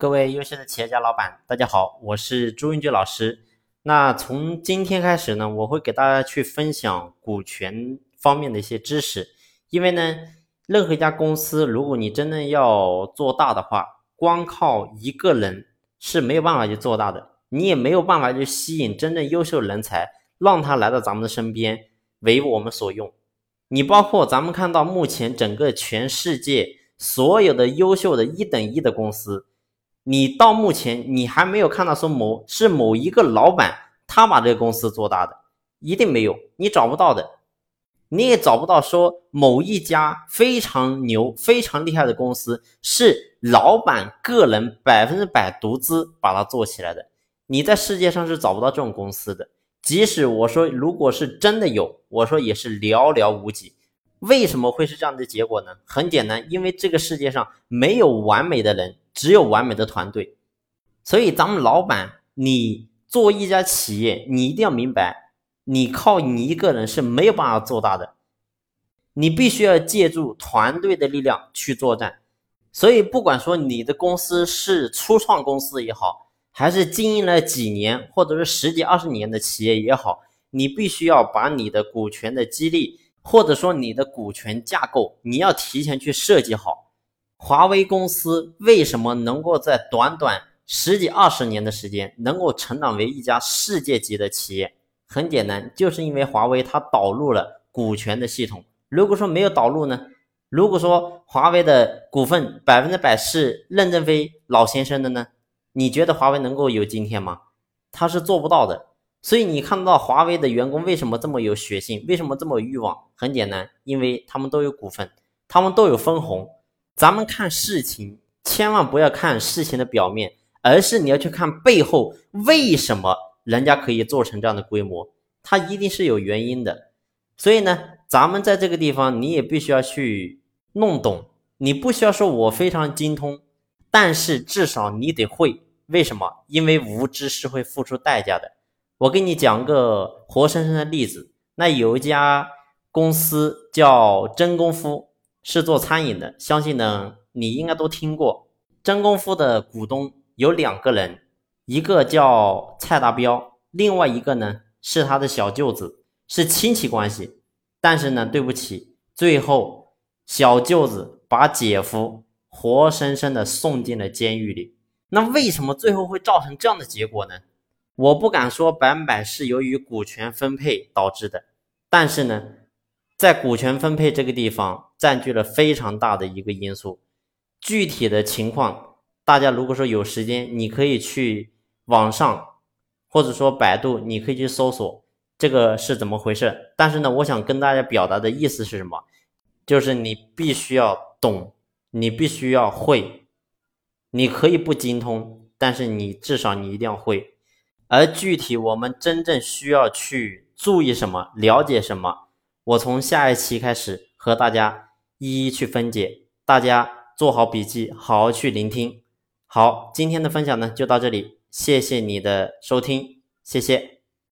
各位优秀的企业家老板，大家好，我是朱云举老师。那从今天开始呢，我会给大家去分享股权方面的一些知识。因为呢，任何一家公司，如果你真的要做大的话，光靠一个人是没有办法去做大的，你也没有办法去吸引真正优秀人才，让他来到咱们的身边为我们所用。你包括咱们看到目前整个全世界所有的优秀的一等一的公司，你到目前你还没有看到说某一个老板他把这个公司做大的，一定没有，你找不到的。你也找不到说某一家非常牛非常厉害的公司是老板个人100%独资把它做起来的，你在世界上是找不到这种公司的。即使我说如果是真的有，我说也是寥寥无几。为什么会是这样的结果呢？很简单，因为这个世界上没有完美的人，只有完美的团队。所以咱们老板，你做一家企业，你一定要明白，你靠你一个人是没有办法做大的，你必须要借助团队的力量去作战。所以不管说你的公司是初创公司也好，还是经营了几年或者是10几20年的企业也好，你必须要把你的股权的激励或者说你的股权架构，你要提前去设计好。华为公司为什么能够在短短10几20年的时间能够成长为一家世界级的企业？很简单，就是因为华为它导入了股权的系统。如果说没有导入呢？如果说华为的股份100%是任正非老先生的呢？你觉得华为能够有今天吗？他是做不到的。所以你看到华为的员工为什么这么有血性，为什么这么有欲望？很简单，因为他们都有股份，他们都有分红。咱们看事情千万不要看事情的表面，而是你要去看背后为什么人家可以做成这样的规模，它一定是有原因的。所以呢，咱们在这个地方你也必须要去弄懂，你不需要说我非常精通，但是至少你得会。为什么？因为无知是会付出代价的。我给你讲个活生生的例子，那有一家公司叫真功夫，是做餐饮的，相信呢你应该都听过。真功夫的股东有2个人，一个叫蔡达标，另外一个呢是他的小舅子，是亲戚关系。但是呢，对不起，最后小舅子把姐夫活生生的送进了监狱里。那为什么最后会造成这样的结果呢？我不敢说100%是由于股权分配导致的，但是呢，在股权分配这个地方占据了非常大的一个因素。具体的情况，大家如果说有时间，你可以去网上或者说百度，你可以去搜索这个是怎么回事。但是呢，我想跟大家表达的意思是什么？就是你必须要懂，你必须要会，你可以不精通，但是你至少你一定要会。而具体我们真正需要去注意什么，了解什么，我从下一期开始和大家一一去分解，大家做好笔记，好好去聆听。好，今天的分享呢就到这里，谢谢你的收听，谢谢。